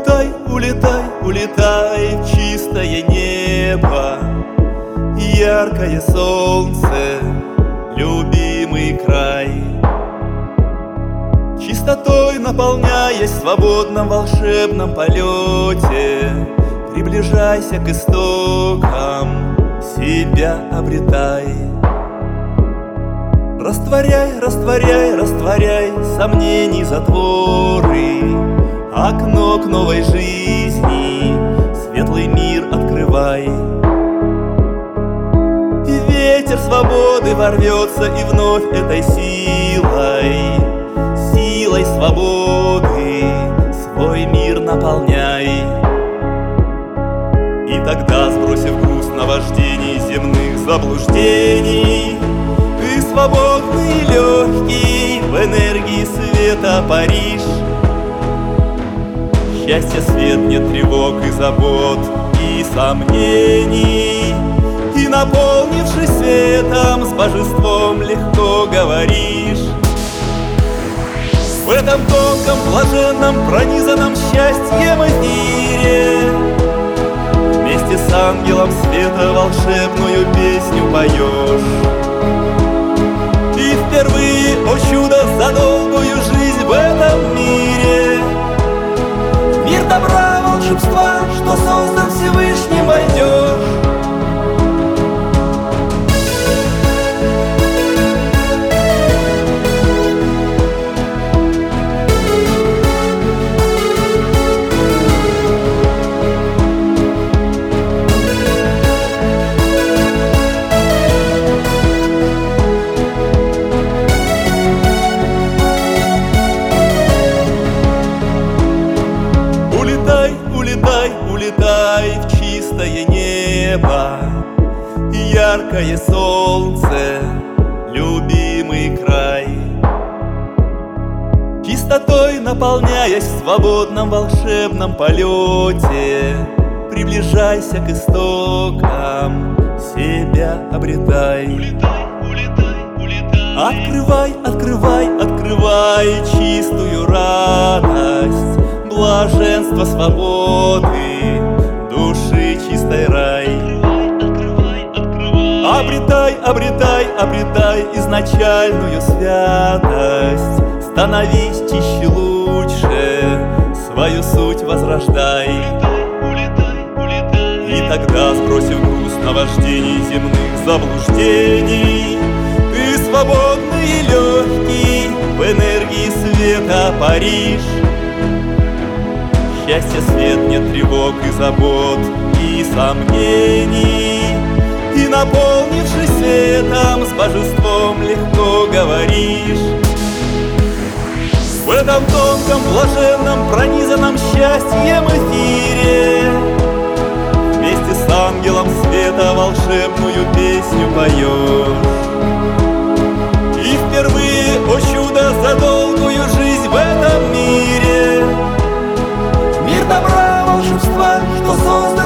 Улетай, улетай, улетай в чистое небо, яркое солнце, любимый край. Чистотой наполняясь в свободном волшебном полете, приближайся к истокам, себя обретай. Растворяй, растворяй, растворяй сомнений затворы, окно к новой жизни, светлый мир открывай. И ветер свободы ворвется, и вновь этой силой, силой свободы свой мир наполняй. И тогда, сбросив груз наваждений земных заблуждений, ты свободный и легкий, в энергии света паришь. Счастье свет, нет тревог и забот, и сомнений. И наполнившись светом, с божеством легко говоришь. В этом тонком, блаженном, пронизанном счастьем эфире вместе с ангелом света волшебную песню поешь. И впервые, о чудо, за долгую жизнь в этом мире, мир добра, волшебства, что создан Всевышним, войдешь. Улетай, улетай в чистое небо, яркое солнце, любимый край. Чистотой наполняясь в свободном волшебном полете, приближайся к истокам, себя обретай. Открывай, открывай, открывай чистую радость, блаженство свободы, души чистой рай. Обретай, обретай, обретай изначальную святость, становись чище лучше, свою суть возрождай. И тогда, сбросив груз наваждений земных заблуждений, ты свободный и легкий, в энергии света паришь. Счастье свет, нет тревог и забот, и сомнений. И наполнившись светом, с божеством легко говоришь. В этом тонком, блаженном, пронизанном счастьем эфире вместе с ангелом света волшебную песню поешь. И впервые, о чудо, за долгую жизнь в этом мире, мир добра, волшебства, что создан